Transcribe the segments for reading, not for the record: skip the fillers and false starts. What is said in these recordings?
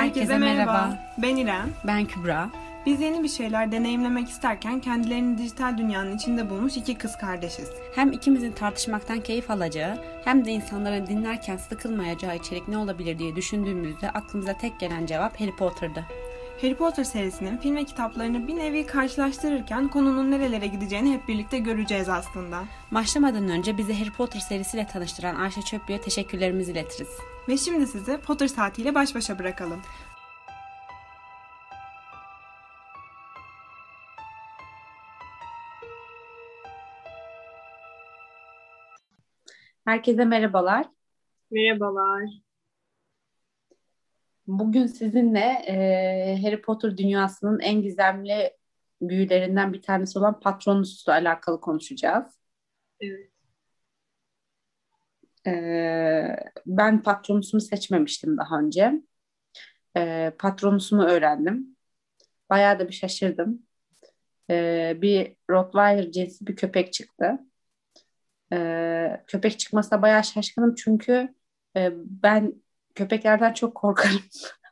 Herkese merhaba. Ben İrem. Ben Kübra. Biz yeni bir şeyler deneyimlemek isterken kendilerini dijital dünyanın içinde bulmuş iki kız kardeşiz. Hem ikimizin tartışmaktan keyif alacağı hem de insanların dinlerken sıkılmayacağı içerik ne olabilir diye düşündüğümüzde aklımıza tek gelen cevap Harry Potter'dı. Harry Potter serisinin film ve kitaplarını bir nevi karşılaştırırken konunun nerelere gideceğini hep birlikte göreceğiz aslında. Başlamadan önce bizi Harry Potter serisiyle tanıştıran Ayşe Çöplü'ye teşekkürlerimizi iletiriz. Ve şimdi sizi Potter saatiyle baş başa bırakalım. Herkese merhabalar. Merhabalar. Bugün sizinle Harry Potter dünyasının en gizemli büyülerinden bir tanesi olan Patronus'la alakalı konuşacağız. Evet. Ben Patronus'umu seçmemiştim daha önce. Patronus'umu öğrendim. Bayağı da bir şaşırdım. Bir Rottweiler cinsi bir köpek çıktı. Köpek çıkmasına bayağı şaşkınım çünkü ben köpeklerden çok korkarım.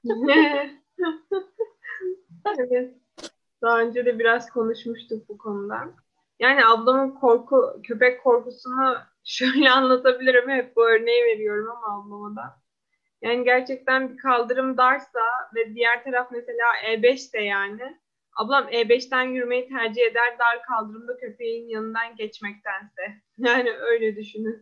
Evet. Daha önce de biraz konuşmuştuk bu konudan. Yani ablamın köpek korkusunu şöyle anlatabilirim. Hep bu örneği veriyorum ama ablama da. Yani gerçekten bir kaldırım darsa ve diğer taraf mesela E5'te yani. Ablam E5'ten yürümeyi tercih eder dar kaldırımda köpeğin yanından geçmektense. Yani öyle düşünün.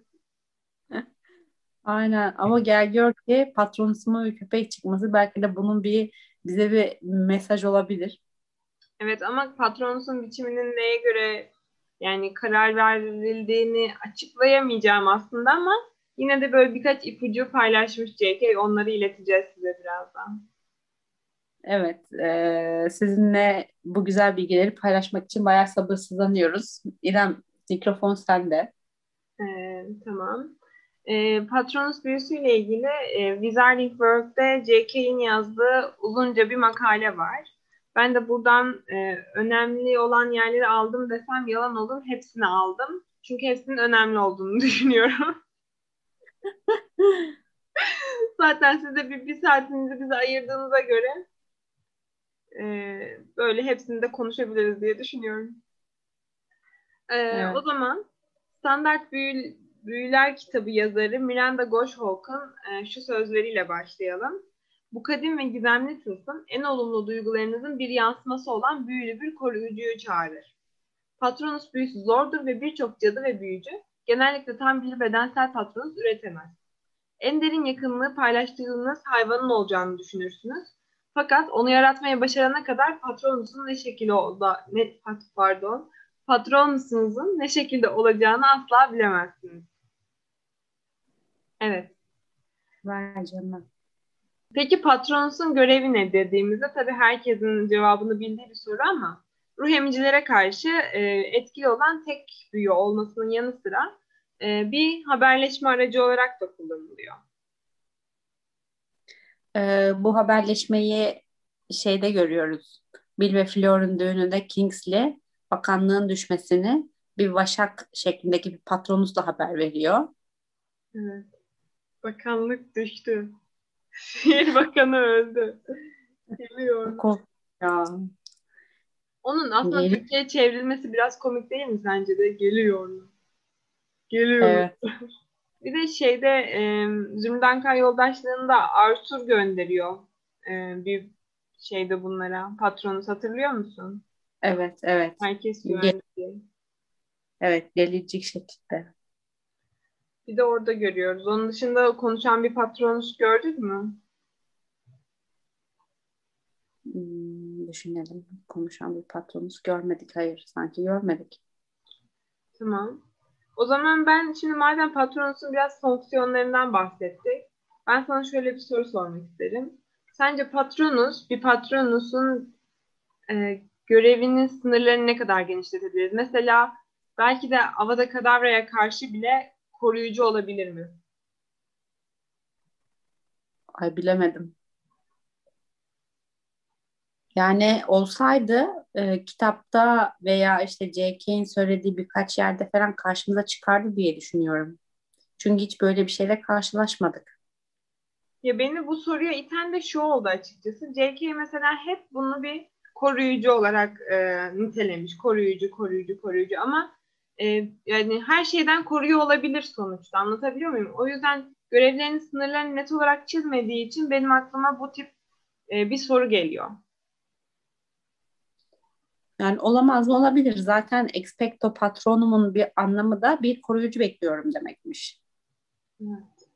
Aynen ama gel gör ki Patronus'umun bir köpek çıkması belki de bunun bize bir mesaj olabilir. Evet ama Patronus'un biçiminin neye göre yani karar verildiğini açıklayamayacağım aslında ama yine de böyle birkaç ipucu paylaşmış JK. Onları ileteceğiz size birazdan. Evet, sizinle bu güzel bilgileri paylaşmak için bayağı sabırsızlanıyoruz. İrem, mikrofon sende. Tamam. Patronus büyüsüyle ilgili Wizarding World'de JK'in yazdığı uzunca bir makale var. Ben de buradan önemli olan yerleri aldım desem yalan olur. Hepsini aldım. Çünkü hepsinin önemli olduğunu düşünüyorum. Zaten siz de bir saatinizi bize ayırdığınıza göre böyle hepsini de konuşabiliriz diye düşünüyorum. O Evet. zaman Standart Büyüler kitabı yazarı Miranda Goshawk'ın şu sözleriyle başlayalım. Bu kadim ve gizemli tılsım en olumlu duygularınızın bir yansıması olan büyülü bir koruyucuyu çağırır. Patronus büyüsü zordur ve birçok cadı ve büyücü genellikle tam bir bedensel patronus üretemez. En derin yakınlığı paylaştığınız hayvanın olacağını düşünürsünüz. Fakat onu yaratmaya başarana kadar patronusunuzun ne şekilde olacağını asla bilemezsiniz. Evet. Ver canım. Peki patronusun görevi ne dediğimizde tabii herkesin cevabını bildiği bir soru ama ruh emicilere karşı etkili olan tek büyü olmasının yanı sıra bir haberleşme aracı olarak da kullanılıyor. Bu haberleşmeyi şeyde görüyoruz. Bill ve Fleur'un düğününde Kingsley bakanlığın düşmesini bir vaşak şeklindeki bir patronusla haber veriyor. Evet. Bakanlık düştü. Şehir bakanı öldü. Geliyor. Ya. Onun aslında Geliyor. Türkçe'ye çevrilmesi biraz komik değil mi sence de? Geliyor. Geliyor. Evet. Bir de Zümrüt Yoldaşlığı'nda Arthur gönderiyor bir şeyde bunlara. Patronus hatırlıyor musun? Evet, evet. Herkes güvenli. Evet, gelecek şekilde. Bir de orada görüyoruz. Onun dışında konuşan bir Patronus gördük mü? Düşünelim. Konuşan bir patronus görmedik. Hayır, sanki görmedik. Tamam. O zaman ben şimdi madem Patronus'un biraz fonksiyonlarından bahsettik. Ben sana şöyle bir soru sormak isterim. Sence bir Patronus'un görevinin sınırlarını ne kadar genişletebiliriz? Mesela belki de Avada Kedavra'ya karşı bile koruyucu olabilir mi? Ay bilemedim. Yani olsaydı kitapta veya işte J.K.'in söylediği birkaç yerde falan karşımıza çıkardı diye düşünüyorum. Çünkü hiç böyle bir şeyle karşılaşmadık. Ya beni bu soruya iten de şu oldu açıkçası. J.K. mesela hep bunu bir koruyucu olarak nitelemiş. Koruyucu, koruyucu, koruyucu ama yani her şeyden koruyor olabilir sonuçta. Anlatabiliyor muyum? O yüzden görevlerinin sınırlarını net olarak çizmediği için benim aklıma bu tip bir soru geliyor. Yani olamaz mı? Olabilir. Zaten expecto patronumun bir anlamı da bir koruyucu bekliyorum demekmiş. Evet.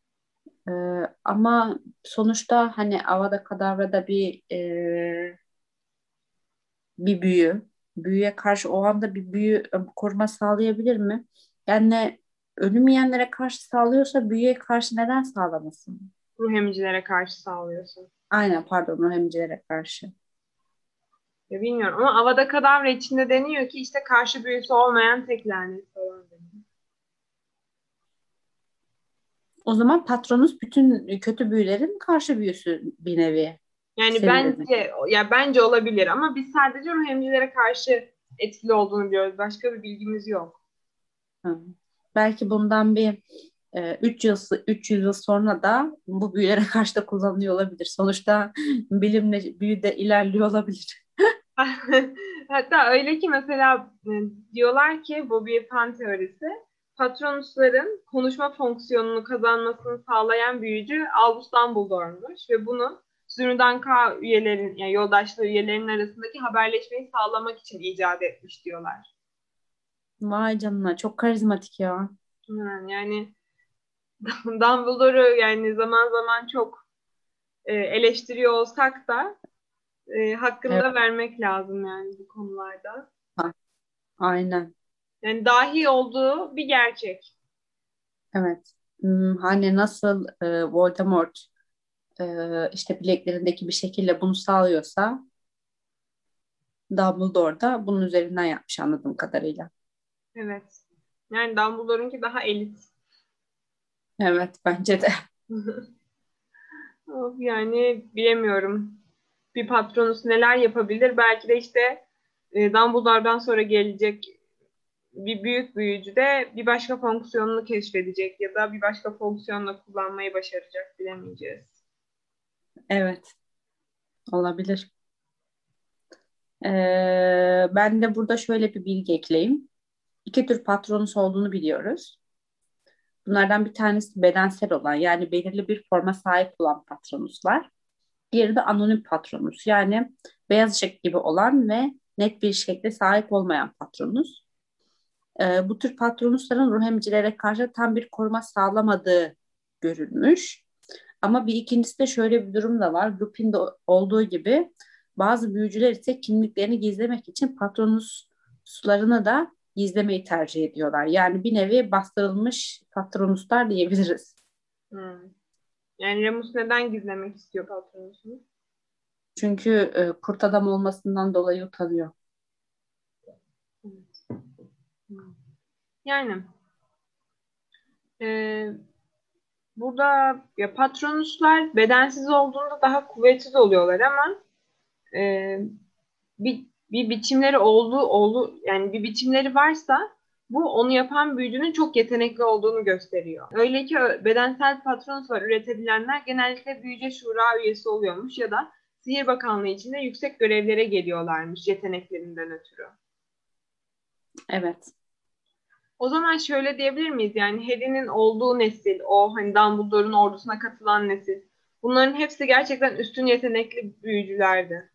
Ama sonuçta hani Avada Kedavra bir büyü. Büyüye karşı o anda bir büyü koruma sağlayabilir mi? Yani ölüm yiyenlere karşı sağlıyorsa büyüye karşı neden sağlamasın? Ruh emicilere karşı sağlıyorsun. Aynen, pardon, rahimcilere karşı. Ya bilmiyorum ama Avada Kedavra içinde deniyor ki işte karşı büyüsü olmayan tek lanet falan deniyor. O zaman Patronus bütün kötü büyülerin karşı büyüsü bir nevi. Yani Senin dedin. bence olabilir ama biz sadece ruh emicilere karşı etkili olduğunu biliyoruz. Başka bir bilgimiz yok. Hı. Belki bundan bir 300 yıl sonra da bu büyülere karşı da kullanılıyor olabilir. Sonuçta bilimle büyü de ilerliyor olabilir. Hatta öyle ki mesela diyorlar ki bu bir fan teorisi. Patronusların konuşma fonksiyonunu kazanmasını sağlayan büyücü Albus Dumbledore'muş ve bunu Zürdanka üyelerin yani yoldaşlığı üyelerinin arasındaki haberleşmeyi sağlamak için icat etmiş diyorlar. Vay canına, çok karizmatik ya. Yani Dumbledore'u yani zaman zaman çok eleştiriyor olsak da Evet, hakkını da vermek lazım yani bu konularda. aynen. Yani dahi olduğu bir gerçek. Evet. Hani nasıl Voldemort işte bileklerindeki bir şekilde bunu sağlıyorsa Dumbledore da bunun üzerinden yapmış anladığım kadarıyla. Evet. Yani Dumbledore'unki daha elit. Evet, bence de. Of, yani bilemiyorum. Bir patronus neler yapabilir? Belki de işte Dumbledore'dan sonra gelecek bir büyük büyücü de bir başka fonksiyonunu keşfedecek ya da bir başka fonksiyonla kullanmayı başaracak. Bilemeyeceğiz. Evet, olabilir. Ben de burada şöyle bir bilgi ekleyeyim. İki tür patronus olduğunu biliyoruz. Bunlardan bir tanesi bedensel olan, yani belirli bir forma sahip olan patronuslar. Diğeri de anonim patronus, yani beyaz ışık gibi olan ve net bir şekle sahip olmayan patronus. Bu tür patronusların ruh emicilere karşı tam bir koruma sağlamadığı görülmüş. Ama bir ikincisi de şöyle bir durum da var. Lupin'de olduğu gibi bazı büyücüler ise kimliklerini gizlemek için patronuslarını da gizlemeyi tercih ediyorlar. Yani bir nevi bastırılmış patronuslar diyebiliriz. Hmm. Yani Remus neden gizlemek istiyor patronusunu? Çünkü kurt adam olmasından dolayı utanıyor. Evet. Hmm. Yani e, burada ya patronuslar bedensiz olduğunda daha kuvvetli oluyorlar ama e, bir biçimleri yani bir biçimleri varsa bu onu yapan büyücünün çok yetenekli olduğunu gösteriyor. Öyle ki bedensel patronuslar üretebilenler genellikle büyüce şura üyesi oluyormuş ya da Sihir Bakanlığı içinde yüksek görevlere geliyorlarmış yeteneklerinden ötürü. Evet. O zaman şöyle diyebilir miyiz? Yani Harry'nin olduğu nesil, o hani Dumbledore'un ordusuna katılan nesil. Bunların hepsi gerçekten üstün yetenekli büyücülerdi.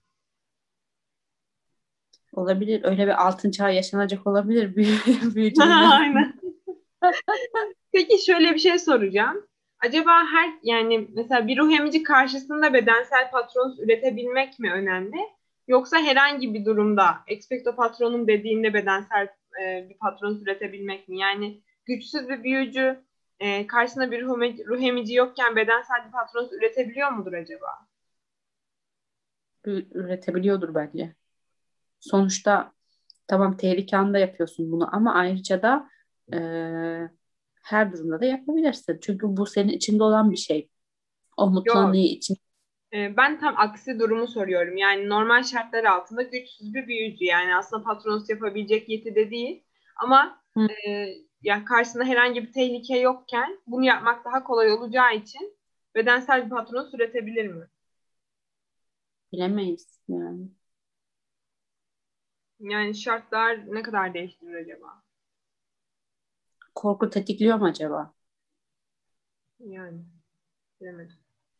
Olabilir. Öyle bir altın çağ yaşanacak olabilir büyücülüğün arasında. Aynen. Peki şöyle bir şey soracağım. Acaba yani mesela bir ruh emici karşısında bedensel patronus üretebilmek mi önemli? Yoksa herhangi bir durumda expecto patronum dediğinde bedensel bir patronus üretebilmek mi? Yani güçsüz bir büyücü karşısında bir ruh emici yokken bedensel bir patronus üretebiliyor mudur acaba? Üretebiliyordur bence. Sonuçta tamam, tehlike anında yapıyorsun bunu ama ayrıca da e, her durumda da yapabilirsin. Çünkü bu senin içinde olan bir şey. O mutlu Yok. anıyı için. Ben tam aksi durumu soruyorum. Yani normal şartlar altında güçsüz bir büyücü. Yani aslında patronus yapabilecek yetide değil. Ama Hı, ya karşısında herhangi bir tehlike yokken bunu yapmak daha kolay olacağı için bedensel bir Patronus üretebilir mi? Bilemeyiz yani. Yani şartlar ne kadar değiştirir acaba? Korku tetikliyor mu acaba? Yani bilemedim.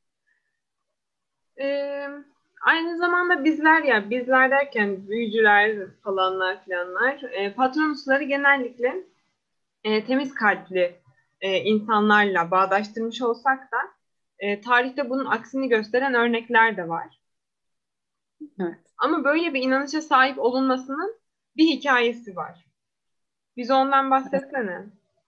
Ee, Aynı zamanda bizler derken büyücüler falanlar filanlar, Patronusları genellikle temiz kalpli insanlarla bağdaştırmış olsak da tarihte bunun aksini gösteren örnekler de var. Evet. Ama böyle bir inanışa sahip olunmasının bir hikayesi var. Bize ondan bahsetsene.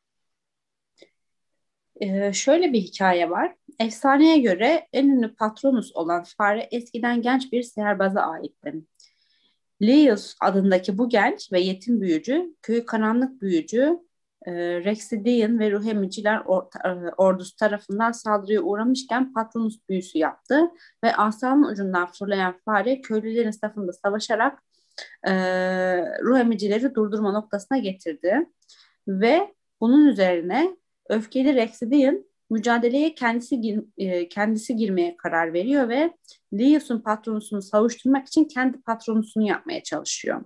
Şöyle bir hikaye var. Efsaneye göre en ünlü Patronus olan fare eskiden genç bir siherbaza aitti. Laius adındaki bu genç ve yetim büyücü, köyü karanlık büyücü Rexidian ve ruh emiciler ordusu tarafından saldırıya uğramışken Patronus büyüsü yaptı ve asanın ucundan fırlayan fare köylülerin safında savaşarak e, ruh emicileri durdurma noktasına getirdi. Ve bunun üzerine öfkeli Rexidian mücadeleye kendisi girmeye karar veriyor ve Laius'un patronusunu savuşturmak için kendi patronusunu yapmaya çalışıyor.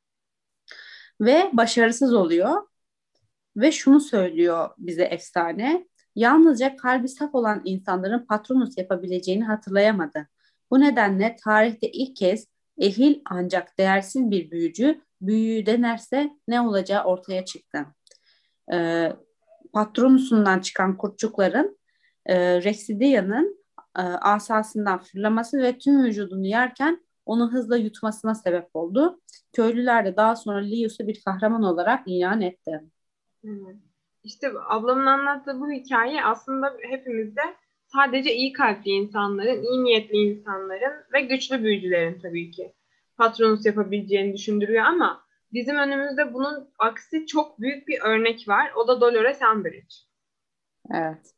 Ve başarısız oluyor ve şunu söylüyor bize efsane. Yalnızca kalbi saf olan insanların patronus yapabileceğini hatırlayamadı. Bu nedenle tarihte ilk kez ehil ancak değersiz bir büyücü büyüyü denerse ne olacağı ortaya çıktı. e, Patronusundan çıkan kurtçukların Rexidia'nın asasından fırlaması ve tüm vücudunu yerken onu hızla yutmasına sebep oldu. Köylüler de daha sonra Lius'u bir kahraman olarak ilan etti. Evet. İşte ablamın anlattığı bu hikaye aslında hepimizde sadece iyi kalpli insanların, iyi niyetli insanların ve güçlü büyücülerin tabii ki Patronus yapabileceğini düşündürüyor ama bizim önümüzde bunun aksi çok büyük bir örnek var. O da Dolores Umbridge. Evet.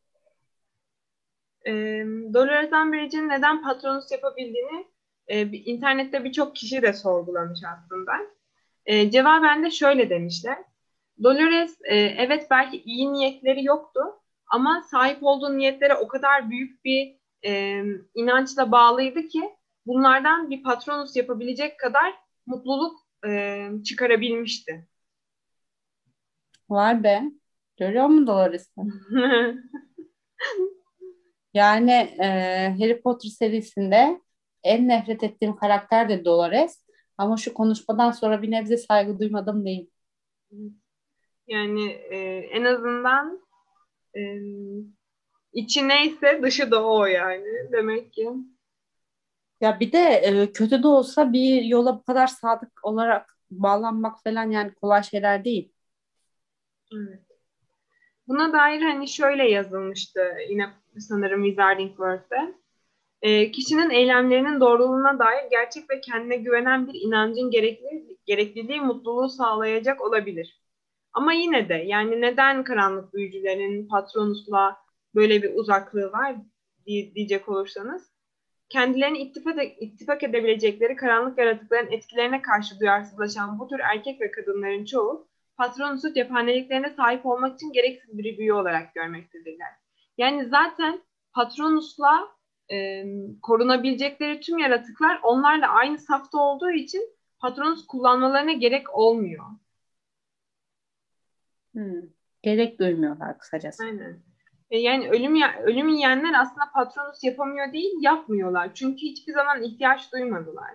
Dolores Umbridge'in neden Patronus yapabildiğini internette birçok kişi de sorgulamış aslında. Cevaben de şöyle demişler. Dolores evet belki iyi niyetleri yoktu ama sahip olduğu niyetlere o kadar büyük bir inançla bağlıydı ki bunlardan bir Patronus yapabilecek kadar mutluluk çıkarabilmişti. Vay be. Görüyor musun Dolores'i? Yani Harry Potter serisinde en nefret ettiğim karakter de Dolores. Ama şu konuşmadan sonra bir nebze saygı duymadım değil. Yani en azından e, içi neyse dışı da o yani demek ki. Ya bir de kötü de olsa bir yola bu kadar sadık olarak bağlanmak falan yani kolay şeyler değil. Evet. Buna dair hani şöyle yazılmıştı yine sanırım Wizarding World'de. Kişinin eylemlerinin doğruluğuna dair gerçek ve kendine güvenen bir inancın gerekliliği mutluluğu sağlayacak olabilir. Ama yine de yani neden karanlık büyücülerin Patronus'la böyle bir uzaklığı var diyecek olursanız kendilerini ittifak edebilecekleri karanlık yaratıkların etkilerine karşı duyarsızlaşan bu tür erkek ve kadınların çoğu Patronus'u cephaneliklerine sahip olmak için gereksiz bir büyü olarak görmektedirler. Yani zaten Patronus'la korunabilecekleri tüm yaratıklar onlarla aynı safta olduğu için Patronus kullanmalarına gerek olmuyor. Hmm. Gerek duymuyorlar kısacası. Aynen. Yani ölüm yiyenler aslında Patronus yapamıyor değil, yapmıyorlar. Çünkü hiçbir zaman ihtiyaç duymadılar.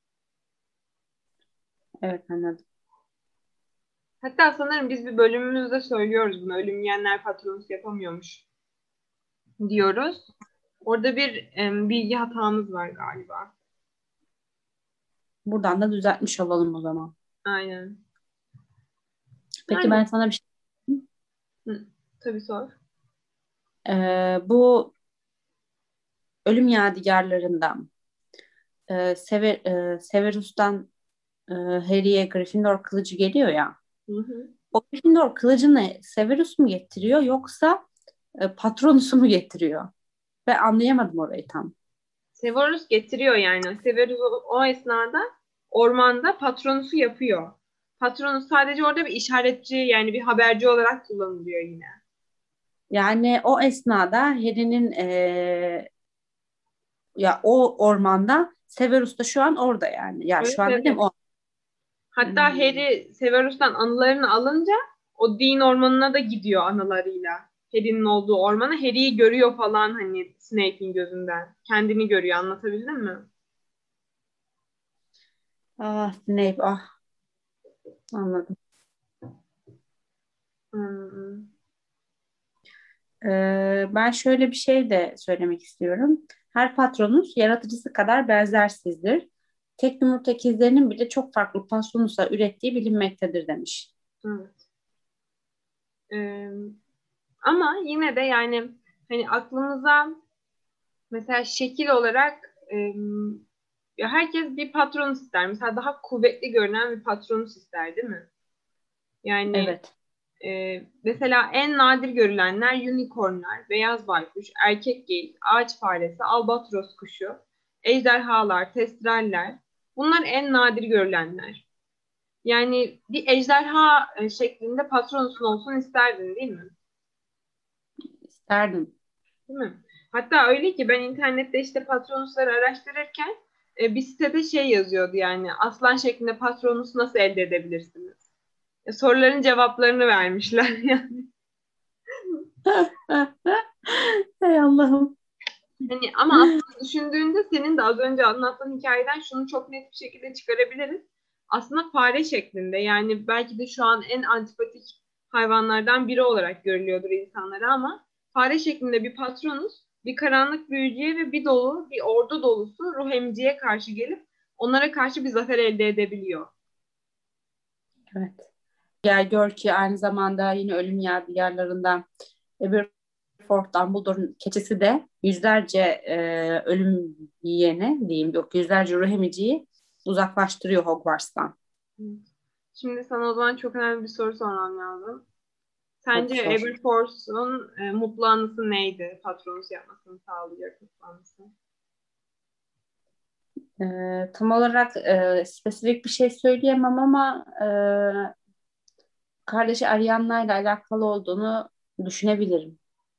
Evet, anladım. Hatta sanırım biz bir bölümümüzde söylüyoruz bunu. Ölüm yiyenler Patronus yapamıyormuş diyoruz. Orada bir bilgi hatamız var galiba. Buradan da düzeltmiş olalım o zaman. Aynen. Peki Yani ben sana bir şey. tabii sor. Bu ölüm yadigarlarından Severus'tan Harry'e Gryffindor kılıcı geliyor ya. Hı hı. O Gryffindor kılıcını Severus mu getiriyor yoksa Patronus'u mu getiriyor? Ben anlayamadım orayı tam. Severus getiriyor yani. Severus o esnada ormanda Patronus'u yapıyor. Patronus sadece orada bir işaretçi yani bir haberci olarak kullanılıyor yine. Yani o esnada Harry'nin ya o ormanda Severus da şu an orada yani. Ya Evet, şu an dedim evet. o. Hatta Hmm. Harry Severus'tan anılarını alınca o Dean ormanına da gidiyor anılarıyla. Harry'nin olduğu ormana. Harry'yi görüyor falan hani Snape'in gözünden. Kendini görüyor, anlatabildim mi? Ah Snape ah, anladım. Hmm. Ben şöyle bir şey de söylemek istiyorum. Her patronus yaratıcısı kadar benzersizdir. Tek yumurta ikizlerinin bile çok farklı patronuslar ürettiği bilinmektedir demiş. Evet. Ee, Ama yine de yani hani aklımıza mesela şekil olarak ya herkes bir patronus ister. Mesela daha kuvvetli görünen bir patronus ister, değil mi? Yani Evet. mesela en nadir görülenler unicornlar, beyaz baykuş, erkek geyik, ağaç faresi, albatros kuşu, ejderhalar, testraller. Bunlar en nadir görülenler. Yani bir ejderha şeklinde patronusun olsun isterdin, değil mi? İsterdim. Değil mi? Hatta öyle ki ben internette işte patronusları araştırırken bir sitede şey yazıyordu, yani aslan şeklinde patronus nasıl elde edebilirsiniz? Soruların cevaplarını vermişler yani. Ey Allah'ım. Hani ama aslında düşündüğünde senin de az önce anlattığın hikayeden şunu çok net bir şekilde çıkarabiliriz. Aslında fare şeklinde, yani belki de şu an en antipatik hayvanlardan biri olarak görülüyordur insanlara, ama fare şeklinde bir patronus bir karanlık büyücüye ve bir ordu dolusu ruh emiciye karşı gelip onlara karşı bir zafer elde edebiliyor. Evet. Gel gör ki aynı zamanda yine ölüm yadigarlarından Aberforth Dumbledore'un keçisi de yüzlerce ölüm yiyeni diyeyim yok yüzlerce ruh emiciyi uzaklaştırıyor Hogwarts'tan. Şimdi sana o zaman çok önemli bir soru sormam lazım. Hadi Sence sor. Aberforth'un mutlu anısı neydi? Patronus yapmasını sağlayacak mutlu anısı. Tam olarak spesifik bir şey söyleyemem ama kardeşi Ariana ile alakalı olduğunu düşünebilirim.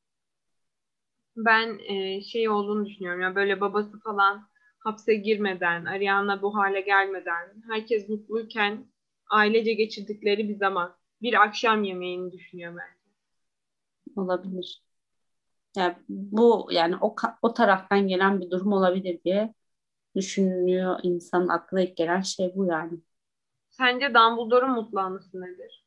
Ben şey olduğunu düşünüyorum. Yani böyle babası falan hapse girmeden, Ariana bu hale gelmeden, herkes mutluyken ailece geçirdikleri bir zaman. Bir akşam yemeğini düşünüyorum ben. Olabilir. Yani bu yani o taraftan gelen bir durum olabilir diye düşünüyor insanın aklına ilk gelen şey bu yani. Sence Dumbledore'un mutlu anısı nedir?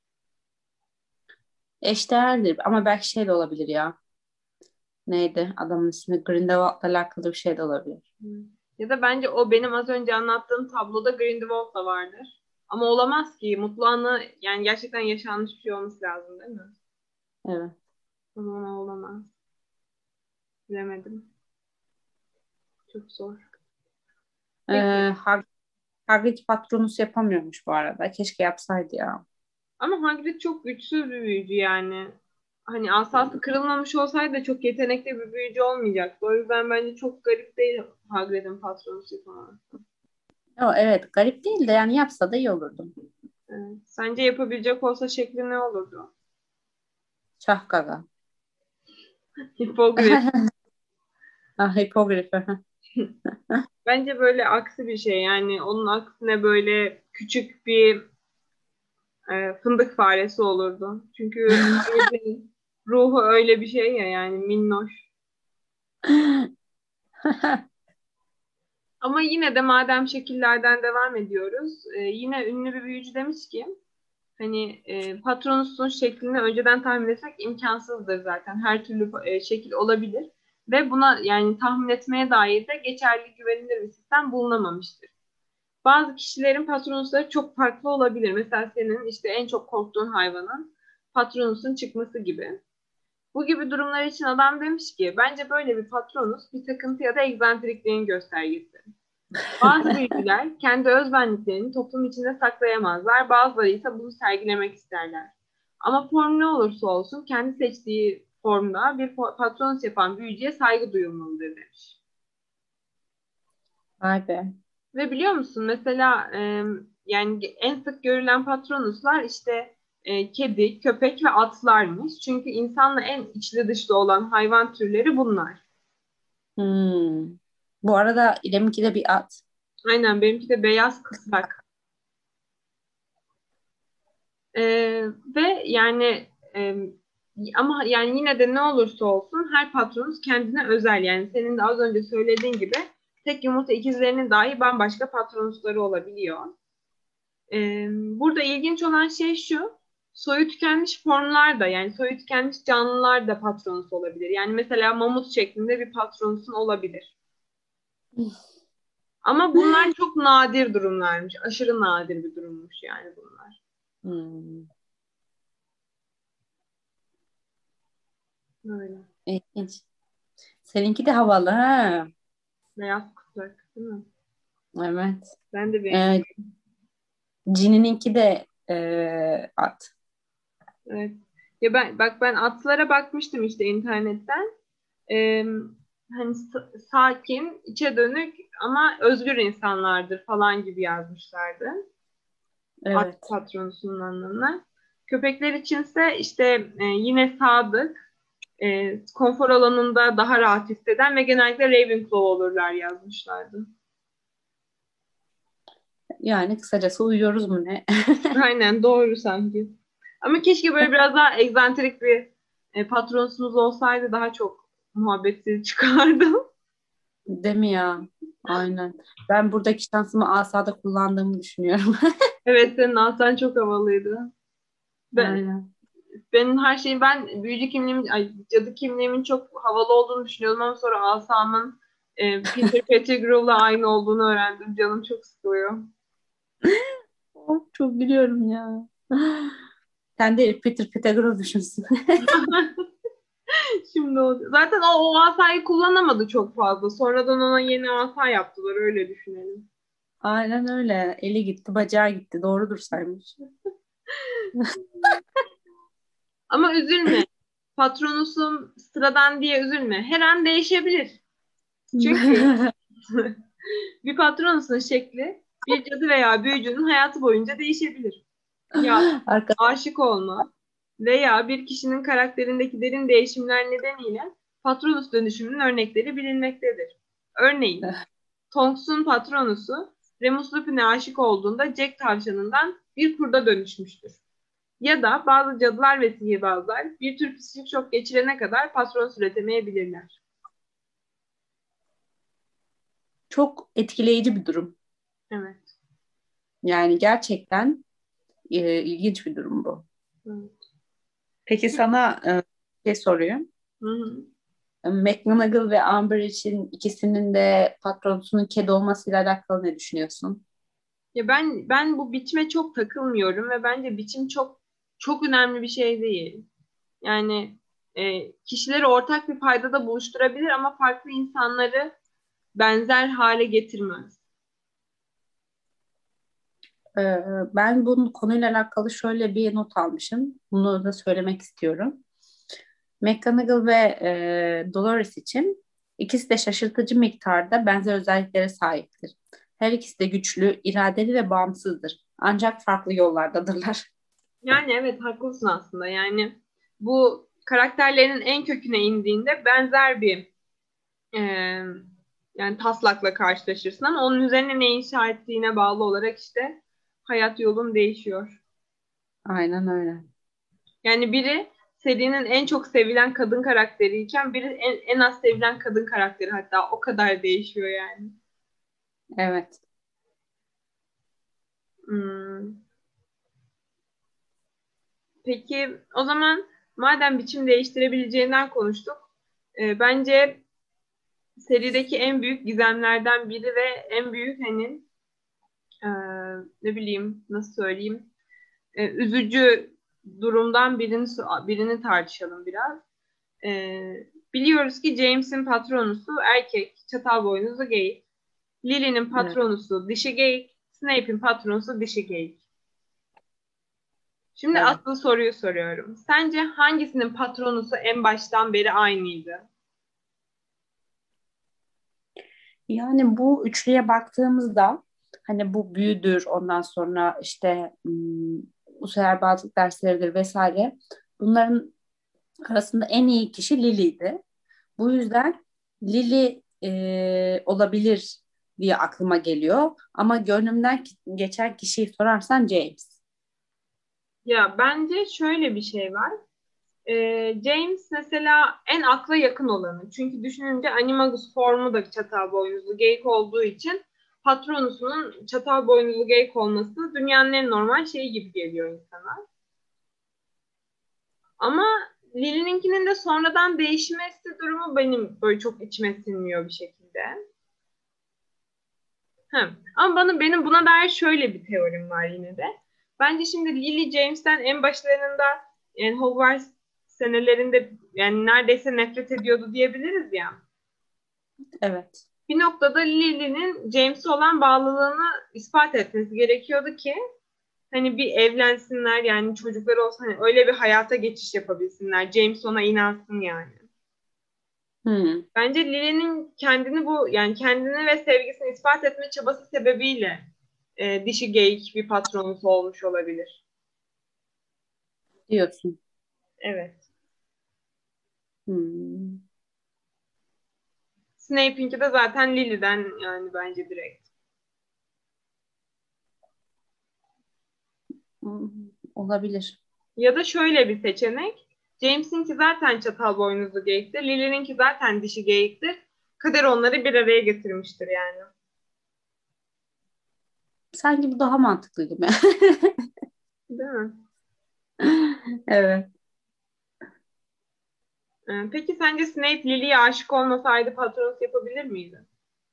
Eşdeğerdir ama belki şey de olabilir ya. Neydi adamın ismi? Grindelwald'la alakalı bir şey de olabilir. Hmm. Ya da bence o benim az önce anlattığım tabloda Grindelwald da vardır. Ama olamaz ki. Mutlu anı yani gerçekten yaşanmış bir şey olması lazım, değil mi? Evet. O zaman o olamaz. Bilemedim. Çok zor. Peki. Ee, Hag Hagrid Patronus yapamıyormuş bu arada. Keşke yapsaydı ya. Ama Hagrid çok güçsüz bir büyücü yani. Hani asası kırılmamış olsaydı da çok yetenekli bir büyücü olmayacaktı. O yüzden bence çok garip değil Hagrid'in patronusu falan. Evet garip değil de yani yapsa da iyi olurdu. Evet. Sence yapabilecek olsa şekli ne olurdu? Şahgaga. Hipogriff. Ah, hipogrif. Bence böyle aksi bir şey. Yani onun aksine böyle küçük bir fındık faresi olurdu. Çünkü Hagrid'in ruhu öyle bir şey ya, yani minnoş. Ama yine de madem şekillerden devam ediyoruz, yine ünlü bir büyücü demiş ki hani patronusun şeklini önceden tahmin etmek imkansızdır zaten. Her türlü şekil olabilir ve buna yani tahmin etmeye dair de geçerli güvenilir bir sistem bulunamamıştır. Bazı kişilerin patronusları çok farklı olabilir. Mesela senin işte en çok korktuğun hayvanın patronusun çıkması gibi. Bu gibi durumlar için adam demiş ki bence böyle bir patronus bir takıntı ya da egzantrikliğin göstergesi. Bazı büyücüler kendi özbenliklerini toplum içinde saklayamazlar. Bazıları ise bunu sergilemek isterler. Ama form ne olursa olsun kendi seçtiği formda bir patronus yapan büyücüye saygı duyulmalıdır demiş. Vay be. Ve biliyor musun mesela yani en sık görülen patronuslar işte kedi, köpek ve atlarmış. Çünkü insanla en içli dışlı olan hayvan türleri bunlar. Hmm. Bu arada İrem'inki de bir at. Aynen, benimki de beyaz kısrak. Ve yani ama yani yine de ne olursa olsun her patronumuz kendine özel. Yani senin de az önce söylediğin gibi tek yumurta ikizlerinin dahi bambaşka patronusları olabiliyor. Burada ilginç olan şey şu: soyu tükenmiş formlar da, yani soyu tükenmiş canlılar da patronus olabilir. Yani mesela mamut şeklinde bir patronusun olabilir. Ama bunlar çok nadir durumlarmış. Aşırı nadir bir durummuş yani bunlar. Hmm. Öyle. İlginç. Seninki de havalı ha. Beyaz kısrak, değil mi? Evet. Ben de Ee, beğeniyorum. Cini'ninki de at. Evet. Ya ben atlara bakmıştım işte internetten. Ee, Hani sakin, içe dönük ama özgür insanlardır falan gibi yazmışlardı. At Evet. patronusunun anlamına. Köpekler içinse işte yine sadık, konfor alanında daha rahat hisseden ve genellikle Ravenclaw olurlar yazmışlardı. Yani kısacası uyuyoruz mu ne? Aynen, doğru sanki. Ama keşke böyle biraz daha egzantrik bir patronunuz olsaydı daha çok muhabbeti çıkardı. Değil mi ya? Aynen. Ben buradaki şansımı asada kullandığımı düşünüyorum. Evet, senin asan çok havalıydı. Ben, Aynen. benim her şeyim, ben büyücü kimliğimin, ay, cadı kimliğimin çok havalı olduğunu düşünüyordum ama sonra asamın Peter Pettigrew'la aynı olduğunu öğrendim. Canım çok sıkılıyor. Oh, çok biliyorum ya. Sen de Peter Pettigrew düşünsün. Şimdi zaten o asayı kullanamadı çok fazla. Sonradan ona yeni asa yaptılar, öyle düşünelim. Aynen öyle. Eli gitti, bacağı gitti. Doğrudur saymış. Ama üzülme. Patronusum sıradan diye üzülme. Her an değişebilir. Çünkü bir patronusun şekli bir cadı veya büyücünün hayatı boyunca değişebilir. Ya Arka... aşık olma veya bir kişinin karakterindeki derin değişimler nedeniyle patronus dönüşümünün örnekleri bilinmektedir. Örneğin Tonks'un patronusu Remus Lupin'e aşık olduğunda Jack tavşanından bir kurda dönüşmüştür. Ya da bazı cadılar ve sihirbazlar bir tür psikik şok geçirene kadar patronus üretemeyebilirler. Çok etkileyici bir durum. Evet. Yani gerçekten ilginç bir durum bu. Evet. Peki sana şey soruyorum. Hı hı. McGonagall ve Amber için ikisinin de patronusunun kedi olmasıyla alakalı ne düşünüyorsun? Ya ben bu biçime çok takılmıyorum ve bence biçim çok önemli bir şey değil. Yani kişileri ortak bir paydada buluşturabilir ama farklı insanları benzer hale getirmez. Ee, Ben bunun konuyla alakalı şöyle bir not almışım. Bunu da söylemek istiyorum. McGonagall ve Dolores için ikisi de şaşırtıcı miktarda benzer özelliklere sahiptir. Her ikisi de güçlü, iradeli ve bağımsızdır. Ancak farklı yollardadırlar. Yani evet, haklısın aslında. Yani bu karakterlerin en köküne indiğinde benzer bir e, yani taslakla karşılaşırsın ama onun üzerine ne inşa ettiğine bağlı olarak işte hayat yolun değişiyor. Aynen öyle. Yani biri serinin en çok sevilen kadın karakteriyken biri en az sevilen kadın karakteri, hatta o kadar değişiyor yani. Evet. Hmm. Peki o zaman madem biçim değiştirebileceğinden konuştuk, bence serideki en büyük gizemlerden biri ve en büyük hani e, ne bileyim nasıl söyleyeyim, üzücü durumdan birini tartışalım biraz. E, Biliyoruz ki James'in patronusu erkek, çatal boynuzlu geyik. Lily'nin Evet. patronusu dişi geyik. Snape'in patronusu dişi geyik. Şimdi Evet. asıl soruyu soruyorum. Sence hangisinin patronusu en baştan beri aynıydı? Yani bu üçlüye baktığımızda hani bu büyüdür, ondan sonra işte çoklu seferberlik dersleridir vesaire. Bunların arasında en iyi kişi Lily'ydi. Bu yüzden Lily olabilir diye aklıma geliyor. Ama gönlümden geçen kişiyi sorarsan James. Ya bence şöyle bir şey var. James mesela en akla yakın olanı. Çünkü düşününce Animagus formu da çatal boynuzlu geyik olduğu için Patronus'unun çatal boynuzlu geyik olması dünyanın en normal şeyi gibi geliyor insana. Ama Lily'ninkinin de sonradan değişmesi durumu benim böyle çok içime sinmiyor bir şekilde. Ama benim buna dair şöyle bir teorim var yine de. Bence şimdi Lily James'ten en başlarında yani Hogwarts senelerinde yani neredeyse nefret ediyordu diyebiliriz ya. Evet. Bir noktada Lily'nin James'e olan bağlılığını ispat etmesi gerekiyordu ki hani bir evlensinler yani çocukları olsa hani öyle bir hayata geçiş yapabilsinler. James ona inansın yani. Bence Lily'nin kendini ve sevgisini ispat etme çabası sebebiyle dişi geyik bir patronusu olmuş olabilir. Diyorsun. Evet. Hmm. Snape'inki de zaten Lily'den yani bence direkt. Olabilir. Ya da şöyle bir seçenek. James'inki zaten çatal boynuzlu geyiktir. Lily'ninki zaten dişi geyiktir. Kader onları bir araya getirmiştir yani. Sanki bu daha mantıklı gibi. Değil mi? Evet. Peki sence Snape Lily'ye aşık olmasaydı Patronus yapabilir miydi?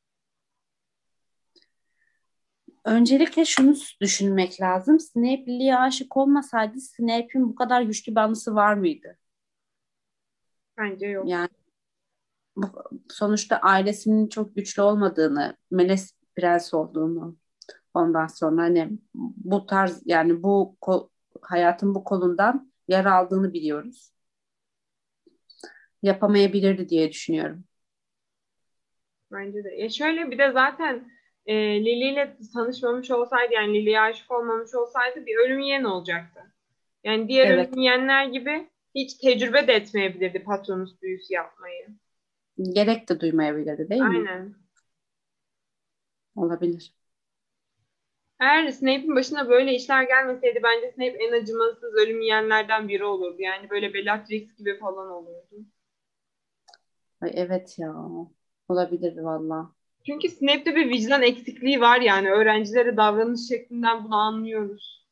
Öncelikle şunu düşünmek lazım. Snape Lily'ye aşık olmasaydı Snape'in bu kadar güçlü bir anısı var mıydı? Bence yok. Yani sonuçta ailesinin çok güçlü olmadığını, melez prens olduğunu, ondan sonra hani bu tarz yani hayatın bu kolundan yara aldığını biliyoruz. Yapamayabilirdi diye düşünüyorum. Bence de. Şöyle bir de zaten Lily ile tanışmamış olsaydı yani Lily'ye aşık olmamış olsaydı bir ölüm yeğen olacaktı. Yani diğer Evet. ölüm yeğenler gibi hiç tecrübe de etmeyebilirdi Patronus büyüsü yapmayı. Gerek de duymayabilirdi değil mi? Aynen. Olabilir. Eğer Snape'in başına böyle işler gelmeseydi bence Snape en acımasız ölüm yiyenlerden biri olurdu. Yani böyle Bellatrix gibi falan olurdu. Ay, evet ya. Olabilir valla. Çünkü Snape'te bir vicdan eksikliği var yani. Öğrencilere davranış şeklinden bunu anlıyoruz.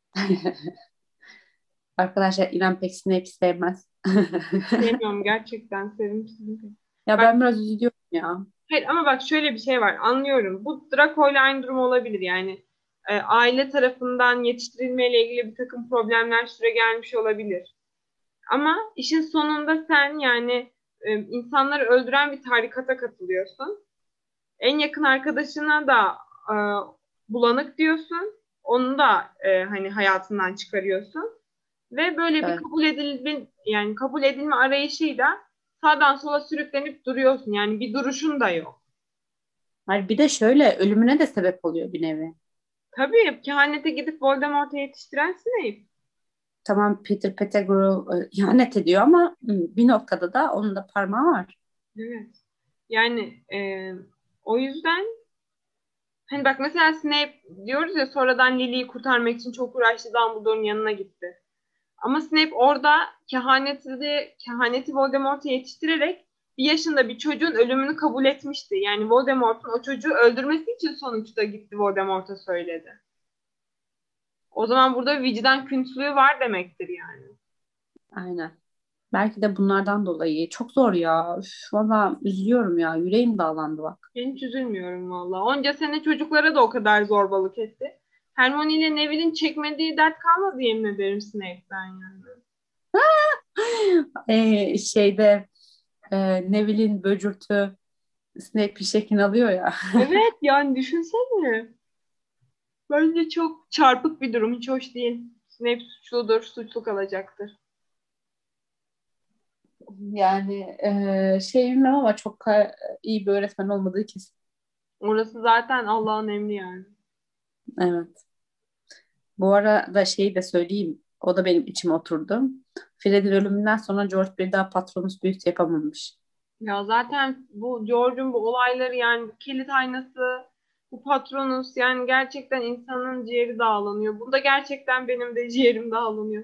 Arkadaşlar İrem pek Snape sevmez. Sevmiyorum gerçekten. Sevimsizim. Ya Bak, ben biraz üzülüyorum ya. hayır ama bak şöyle bir şey var. Anlıyorum. Bu Draco ile aynı durum olabilir yani. Aile tarafından yetiştirilmeyle ilgili bir takım problemler süregelmiş olabilir. Ama işin sonunda sen yani insanları öldüren bir tarikata katılıyorsun. En yakın arkadaşına da e, bulanık diyorsun. Onu da hani hayatından çıkarıyorsun. Ve böyle bir Evet. kabul edilme arayışıyla sağdan sola sürüklenip duruyorsun. Yani bir duruşun da yok. Hayır, bir de şöyle ölümüne de sebep oluyor bir nevi. Tabii kehanete gidip Voldemort'a yetiştiren Snape. Tamam Peter Pettigrew ihanet ediyor ama bir noktada da onun da parmağı var. Evet. Yani o yüzden hani bak mesela Snape diyoruz ya sonradan Lily'yi kurtarmak için çok uğraştı Dumbledore'un yanına gitti. Ama Snape orada kehaneti Voldemort'a yetiştirerek bir yaşında bir çocuğun ölümünü kabul etmişti. Yani Voldemort'un o çocuğu öldürmesi için sonuçta gitti Voldemort'a söyledi. O zaman burada vicdan küntülüğü var demektir yani. Aynen. Belki de bunlardan dolayı. Çok zor ya. Üf, valla üzülüyorum ya. Yüreğim dağlandı bak. Ben hiç üzülmüyorum valla. Onca sene çocuklara da o kadar zorbalık etti. Hermione ile Neville'in çekmediği dert kalmadı yemin ederim Snape'den yani. Şeyde Neville'in böcürtü Snape'in şeklini alıyor ya. Evet yani düşünsene. Bence çok çarpık bir durum. Hiç hoş değil. Snape suçludur, suçlu kalacaktır. Yani şey bilmem ama çok iyi bir öğretmen olmadığı kesin. Orası zaten Allah'ın emri yani. Evet. Bu arada şeyi de söyleyeyim. O da benim içime oturdu. Fred'in ölümünden sonra George bir daha Patronus büyüsü yapamamış. Ya zaten bu George'un bu olayları yani bu kilit aynası, bu Patronus yani gerçekten insanın ciğeri dağlanıyor. Bunda gerçekten benim de ciğerim dağlanıyor.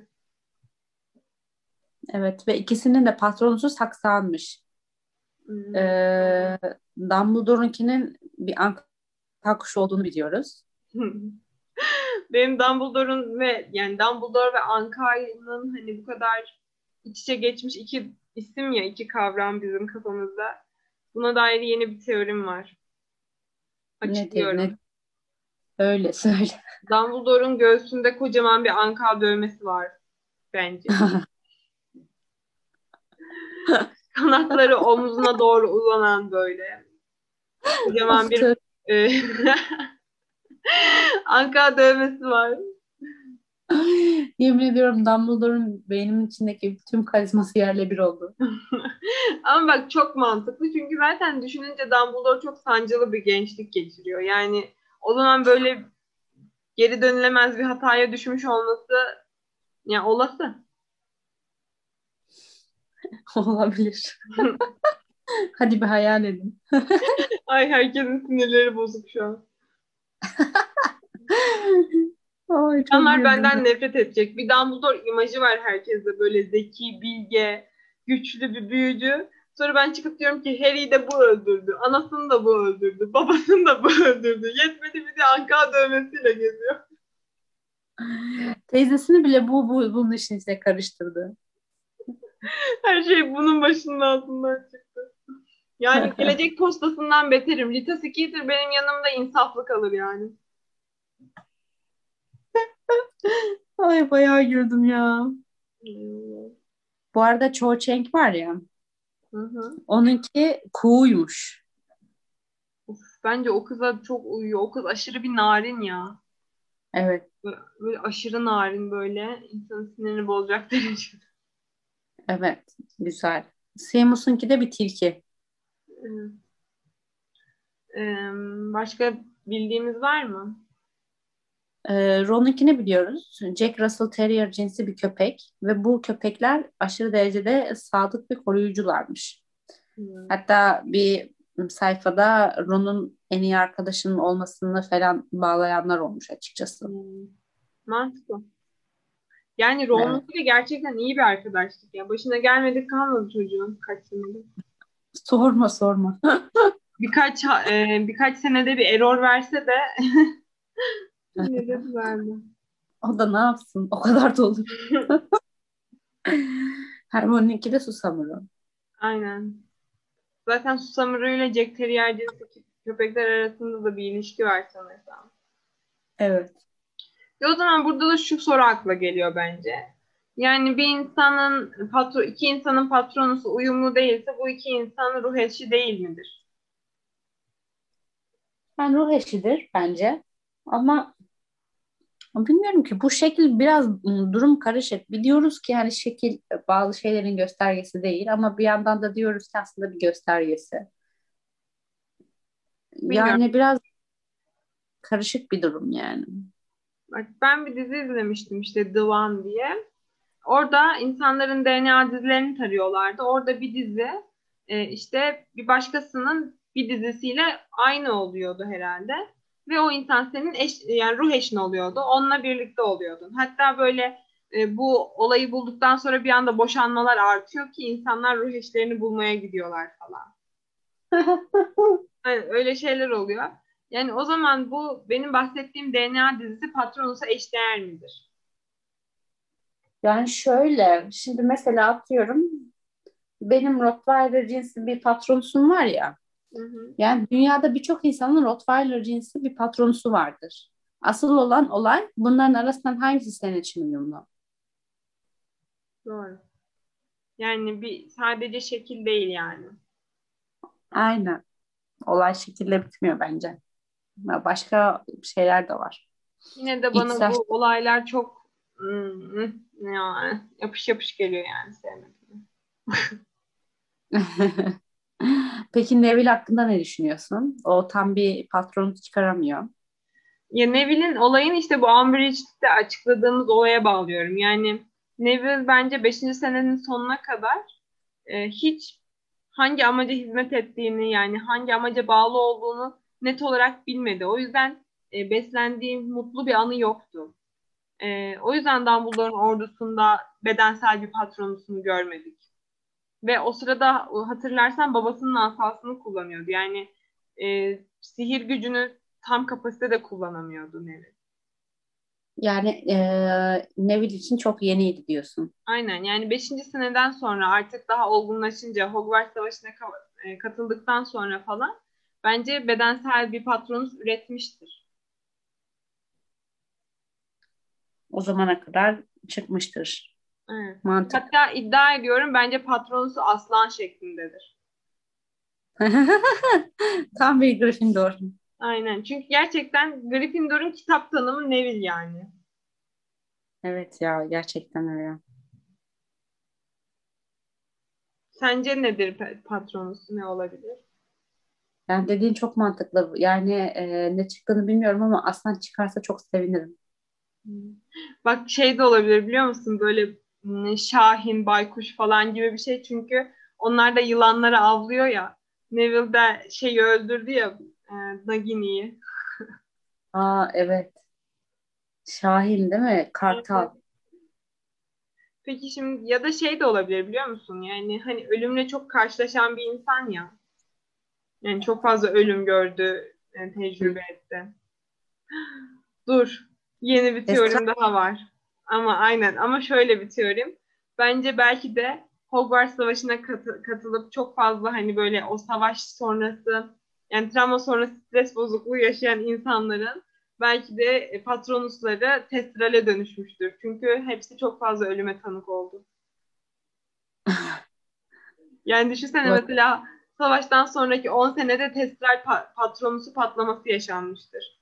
Evet ve ikisinin de Patronus'u saksanmış. Hmm. Ee, Dumbledore'unkinin bir anka kuşu olduğunu biliyoruz. Benim Dumbledore'un ve yani Dumbledore ve Anka'nın hani bu kadar iç içe geçmiş iki isim ya, iki kavram bizim kafamızda. Buna dair yeni bir teorim var. Nedir ne Açıklıyorum. öyle söyle. Dumbledore'un göğsünde kocaman bir anka dövmesi var bence. Kanatları omzuna doğru uzanan böyle kocaman Of bir tövbe. e, anka dövmesi var. Yemin ediyorum Dumbledore'un beynimin içindeki tüm karizması yerle bir oldu. Ama bak çok mantıklı çünkü zaten düşününce Dumbledore çok sancılı bir gençlik geçiriyor. Yani o zaman böyle geri dönülemez bir hataya düşmüş olması ya olası. Olabilir. Hadi bir hayal edin. Ay herkesin sinirleri bozuk şu an. Ay çok İnsanlar güldüm ya. benden nefret edecek. Bir Dumbledore imajı var herkeste böyle zeki, bilge, güçlü bir büyücü. Sonra ben çıkıp diyorum ki Harry'i de bu öldürdü. Anasını da bu öldürdü. Babasını da bu öldürdü. Yetmedi bir de anka dövmesiyle geziyor. Teyzesini bile bunun işin içine karıştırdı. Her şey bunun başının altından çıktı. Yani gelecek postasından beterim. Rita Skeeter benim yanımda insaflı kalır yani. Ay bayağı güldüm ya. Bu arada Cho Chang var ya, Hı hı. onunki kuğuymuş. Of, bence o kıza çok uyuyor. O kız aşırı bir narin ya. Evet, Böyle aşırı narin böyle. İnsanın sinirini bozacak derecede. evet, güzel. Seamus'unki de bir tilki. Evet. Başka bildiğimiz var mı? Ron'unkini biliyoruz. Jack Russell Terrier cinsi bir köpek ve bu köpekler aşırı derecede sadık ve koruyucularmış. Hmm. Hatta bir sayfada Ron'un en iyi arkadaşının olmasını falan bağlayanlar olmuş açıkçası. Hmm. Mantıklı. Yani Evet. Ron'unki de gerçekten iyi bir arkadaşlık ya. Başına gelmedik kalmadı çocuğun kaç senedir. Sorma sorma. Birkaç senede bir error verse de yine de düzeldi. O da ne yapsın? O kadar da olur. Hermione'ninki de Susamuru. Aynen. Zaten Susamuru ile Jack Terrier cinsi köpekler arasında da bir ilişki var sanırsam. Evet. Ve o zaman burada da şu soru akla geliyor bence. Yani bir insanın iki insanın patronusu uyumlu değilse bu iki insan ruh eşi değil midir? Yani ruh eşidir bence. Ama bilmiyorum ki bu şekil biraz durum karışık. Biliyoruz ki yani şekil bazı şeylerin göstergesi değil ama bir yandan da diyoruz ki aslında bir göstergesi. Bilmiyorum. Yani biraz karışık bir durum yani. Bak, ben bir dizi izlemiştim işte The One diye. Orada insanların DNA dizilerini tarıyorlardı. Orada bir dizi işte bir başkasının bir dizisiyle aynı oluyordu herhalde. Ve o insan senin yani ruh eşin oluyordu. Onunla birlikte oluyordun. Hatta böyle bu olayı bulduktan sonra bir anda boşanmalar artıyor ki insanlar ruh eşlerini bulmaya gidiyorlar falan. Yani öyle şeyler oluyor. Yani o zaman bu benim bahsettiğim DNA dizisi Patronus'a eşdeğer midir? Yani şöyle, şimdi mesela atıyorum benim Rottweiler cinsi bir patronusun var ya. Hı hı. Yani dünyada birçok insanın Rottweiler cinsi bir patronusu vardır. Asıl olan olay bunların arasından hangisi senin için uyumlu? Doğru. Yani bir sadece şekil değil yani. Aynen. Olay şekilde bitmiyor bence. Ya başka şeyler de var. Yine de bana İçsel. bu olaylar çok yani yapış yapış geliyor yani sevmedim. Peki Neville hakkında ne düşünüyorsun? O tam bir patron çıkaramıyor. Ya Neville'in olayını işte bu Umbridge'de açıkladığımız olaya bağlıyorum. Yani Neville bence 5. senenin sonuna kadar hiç hangi amaca hizmet ettiğini, yani hangi amaca bağlı olduğunu net olarak bilmedi. O yüzden beslendiği mutlu bir anı yoktu. O yüzden Dumbledore'un ordusunda bedensel bir patronusunu görmedik. Ve o sırada hatırlarsan babasının asasını kullanıyordu. Yani sihir gücünü tam kapasitede kullanamıyordu Neville. Yani Neville için çok yeniydi diyorsun. Aynen, yani 5. seneden sonra artık daha olgunlaşınca Hogwarts Savaşı'na katıldıktan sonra falan bence bedensel bir patronus üretmiştir. O zamana kadar çıkmıştır. Evet. Mantık. Hatta iddia ediyorum bence patronusu aslan şeklindedir. Tam bir Gryffindor. Aynen. Çünkü gerçekten Gryffindor'un kitap tanımı Neville yani. Evet ya, gerçekten öyle. Sence nedir patronusu? Ne olabilir? Yani dediğin çok mantıklı. Yani ne çıktığını bilmiyorum ama aslan çıkarsa çok sevinirim. Bak şey de olabilir biliyor musun? Böyle şahin, baykuş falan gibi bir şey. Çünkü onlar da yılanları avlıyor ya. Neville de şeyi öldürdü ya, Nagini'yi. Aa, evet. Şahin değil mi? Evet. Kartal. Peki şimdi ya da şey de olabilir biliyor musun? Yani hani ölümle çok karşılaşan bir insan ya. Yani çok fazla ölüm gördü, Hı. tecrübe etti. Dur. Yeni bir Esra. teorim daha var. Ama aynen, ama şöyle bir teorim. Bence belki de Hogwarts Savaşı'na katılıp çok fazla hani böyle o savaş sonrası, yani travma sonrası stres bozukluğu yaşayan insanların belki de patronusları testrale dönüşmüştür. Çünkü hepsi çok fazla ölüme tanık oldu. Yani düşünsene mesela savaştan sonraki 10 senede testral patronusu patlaması yaşanmıştır.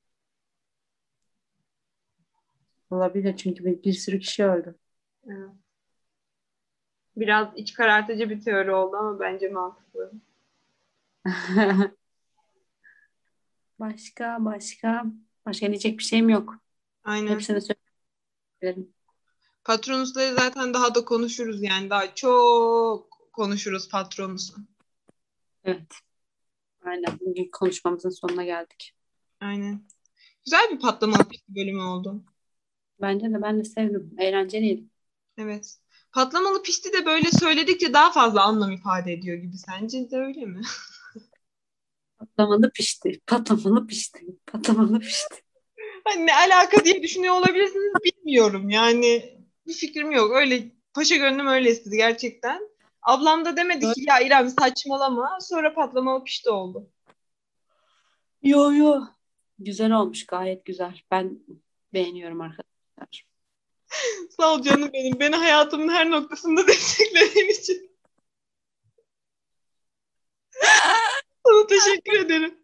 Olabilir çünkü bir sürü kişi öldü. Evet. Biraz iç karartıcı bir teori oldu ama bence mantıklı. Başka diyecek bir şeyim yok. Aynen. Hepsini söyleyebilirim. Patronusları zaten daha da konuşuruz yani. Daha çok konuşuruz patronusu. Evet. Aynen. Bugün konuşmamızın sonuna geldik. Aynen. Güzel bir patlamalı pişti bölümü oldu. Bence de, ben de sevdim. Eğlenceliydi. Evet. Patlamalı pişti de böyle söyledikçe daha fazla anlam ifade ediyor gibi. Sence de öyle mi? Patlamalı pişti. Patlamalı pişti. Patlamalı pişti. Hani ne alaka diye düşünüyor olabilirsiniz bilmiyorum. Yani bir fikrim yok. Öyle paşa gönlüm öyle istedi gerçekten. Ablam da demedi ki ya İrem saçmalama. Sonra patlamalı pişti oldu. Yo yo. Güzel olmuş. Gayet güzel. Ben beğeniyorum arkadaşlar. Sağ ol canım benim. Beni hayatımın her noktasında desteklediğin için. Sana teşekkür ederim.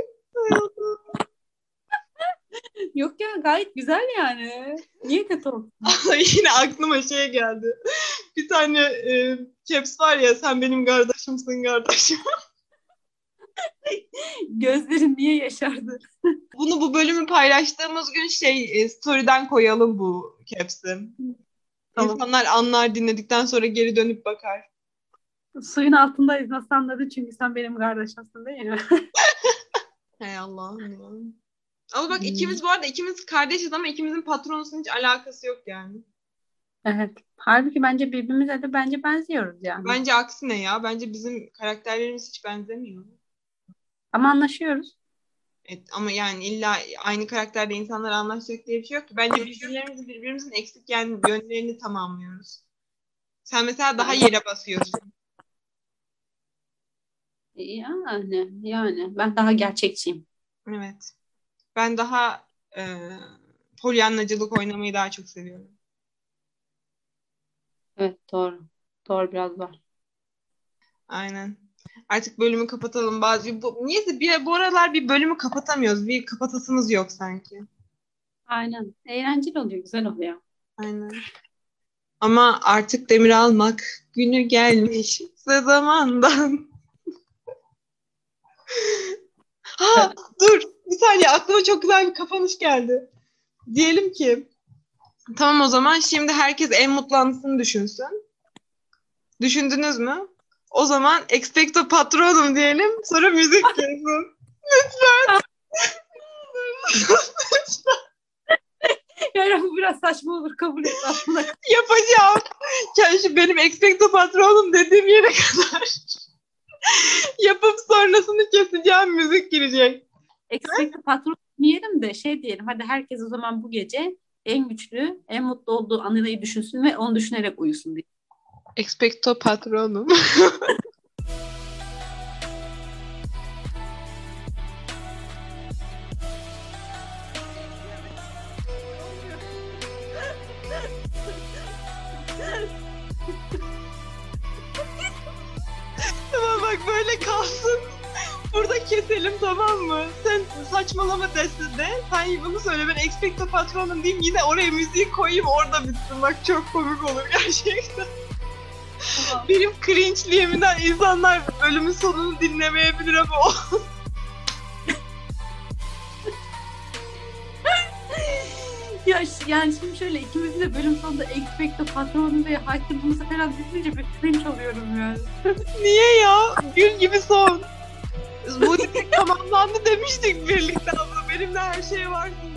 Yok ya, gayet güzel yani. Niye kötü olsun? Yine aklıma şey geldi. Bir tane caps var ya, sen benim kardeşimsin kardeşim. Gözlerin niye yaşardı? Bunu bu bölümü paylaştığımız gün story'den koyalım bu caps'i. Tamam. İnsanlar anlar, dinledikten sonra geri dönüp bakar. Suyun altındayız. Nasıl anladın? Çünkü sen benim kardeşimsin değil mi? Hey Allah'ım ya. Ama bak Hmm. ikimiz bu arada ikimiz kardeşiz ama ikimizin patronusun hiç alakası yok yani. Evet. Halbuki bence birbirimize de bence benziyoruz yani. Bence aksine ya. Bence bizim karakterlerimiz hiç benzemiyor. Ama anlaşıyoruz. Evet, ama yani illa aynı karakterde insanlar anlaşacak diye bir şey yok ki. Bence birbirimizin eksik yani yönlerini tamamlıyoruz. Sen mesela daha Yani, yere basıyorsun. yani ben daha gerçekçiyim. Evet. Ben daha polyanlacılık oynamayı daha çok seviyorum. Evet, doğru. Doğru, biraz var. Aynen. Artık bölümü kapatalım. Niyeyse bu aralar bir bölümü kapatamıyoruz. Bir kapatasımız yok sanki. Aynen. Eğlenceli oluyor, güzel oluyor. Aynen. Ama artık demir almak günü gelmiş zamandan. Ha, dur. Bir saniye, aklıma çok güzel bir kapanış geldi. Diyelim ki tamam, o zaman şimdi herkes en mutlu anısını düşünsün. Düşündünüz mü? O zaman expecto patronum diyelim. Sonra müzik gelsin. Lütfen. Yani bu biraz saçma olur, kabul et aslında. Yapacağım. Yani şimdi benim expecto patronum dediğim yere kadar yapıp sonrasını keseceğim, müzik girecek. Expecto patron diyelim de şey diyelim. Hadi herkes o zaman bu gece en güçlü, en mutlu olduğu anıyı düşünsün ve onu düşünerek uyusun diye. Expecto patronum. Tamam bak, böyle kalsın. Burada keselim, tamam mı? Sen saçmalama desin de. Sen bunu söyle, ben expecto patronum diyeyim, yine oraya müziği koyayım, orada bitsin. Bak çok komik olur gerçekten. Tamam. Benim cringe'liğimden insanlar bölümün sonunu dinlemeyebilir ama o. Ya yani şimdi şöyle ikimizin de bölüm sonunda expecto patronum ve hakkımızı falan düşününce bir cringe oluyorum yani. Niye ya? Gül gibi son. Bu tamamlandı demiştik birlikte abla. Benimle her şey var.